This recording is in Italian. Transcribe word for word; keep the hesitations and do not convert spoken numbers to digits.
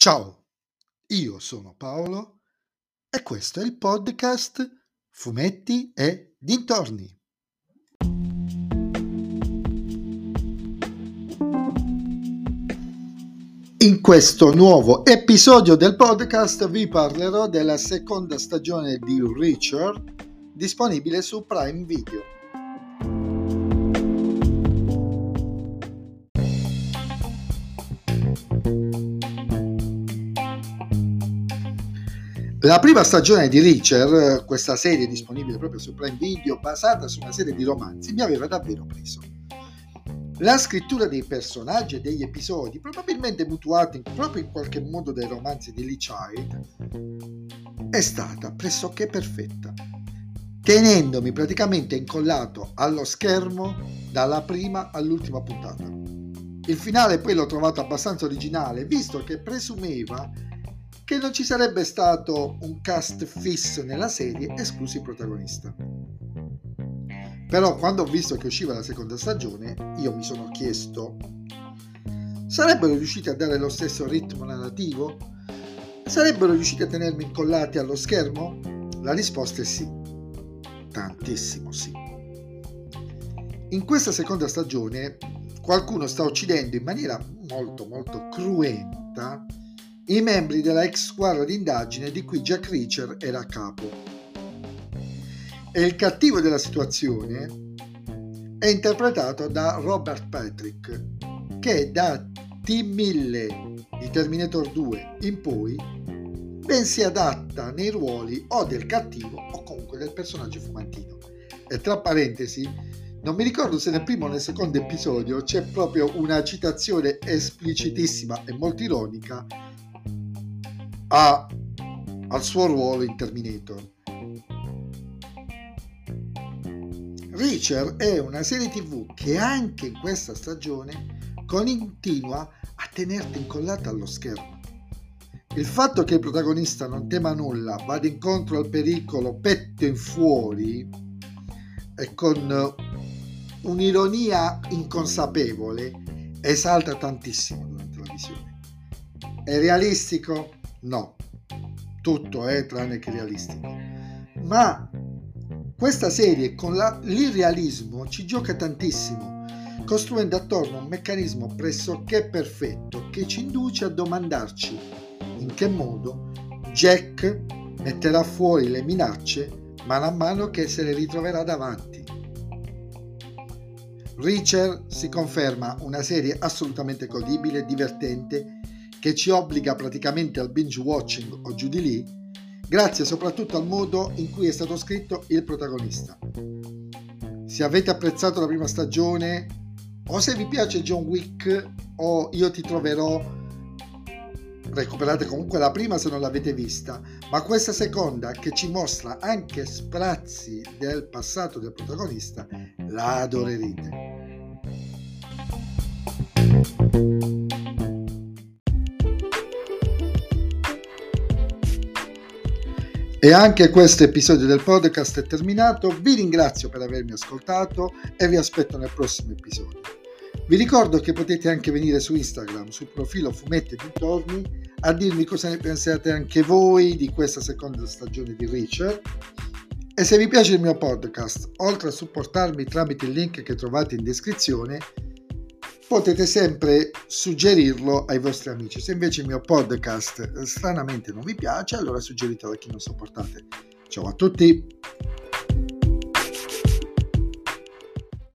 Ciao, io sono Paolo e questo è il podcast Fumetti e Dintorni. In questo nuovo episodio del podcast vi parlerò della seconda stagione di Reacher, disponibile su Prime Video. La prima stagione di Reacher, questa serie disponibile proprio su Prime Video, basata su una serie di romanzi, mi aveva davvero preso. La scrittura dei personaggi e degli episodi, probabilmente mutuati proprio in qualche modo dai romanzi di Lee Child, è stata pressoché perfetta, tenendomi praticamente incollato allo schermo dalla prima all'ultima puntata. Il finale poi l'ho trovato abbastanza originale, visto che presumeva che non ci sarebbe stato un cast fisso nella serie, escluso il protagonista. Però quando ho visto che usciva la seconda stagione, io mi sono chiesto: sarebbero riusciti a dare lo stesso ritmo narrativo? Sarebbero riusciti a tenermi incollati allo schermo? La risposta è sì, tantissimo sì. In questa seconda stagione qualcuno sta uccidendo in maniera molto molto cruenta i membri della ex squadra d'indagine di cui Jack Reacher era a capo. E il cattivo della situazione è interpretato da Robert Patrick, che da T mille di Terminator due in poi ben si adatta nei ruoli o del cattivo o comunque del personaggio fumantino. E tra parentesi, non mi ricordo se nel primo o nel secondo episodio c'è proprio una citazione esplicitissima e molto ironica A, al suo ruolo in Terminator. Reacher è una serie tv che anche in questa stagione continua a tenerti incollata allo schermo. Il fatto che il protagonista non tema nulla, vada incontro al pericolo petto in fuori e con un'ironia inconsapevole esalta tantissimo durante la visione. È realistico? No, tutto è tranne che realistico, ma questa serie con la, l'irrealismo ci gioca tantissimo, costruendo attorno un meccanismo pressoché perfetto che ci induce a domandarci in che modo Jack metterà fuori le minacce mano a mano che se le ritroverà davanti. Reacher si conferma una serie assolutamente godibile, divertente, che ci obbliga praticamente al binge watching o giù di lì, grazie soprattutto al modo in cui è stato scritto il protagonista. Se avete apprezzato la prima stagione, o se vi piace John Wick o Io ti troverò, recuperate comunque la prima se non l'avete vista, ma questa seconda, che ci mostra anche sprazzi del passato del protagonista, la adorerete. E anche questo episodio del podcast è terminato. Vi ringrazio per avermi ascoltato e vi aspetto nel prossimo episodio. Vi ricordo che potete anche venire su Instagram, sul profilo Fumetti e Dintorni, a dirmi cosa ne pensate anche voi di questa seconda stagione di Reacher. E se vi piace il mio podcast, oltre a supportarmi tramite il link che trovate in descrizione, potete sempre suggerirlo ai vostri amici. Se invece il mio podcast stranamente non vi piace, allora suggeritelo a chi non sopportate. Ciao a tutti!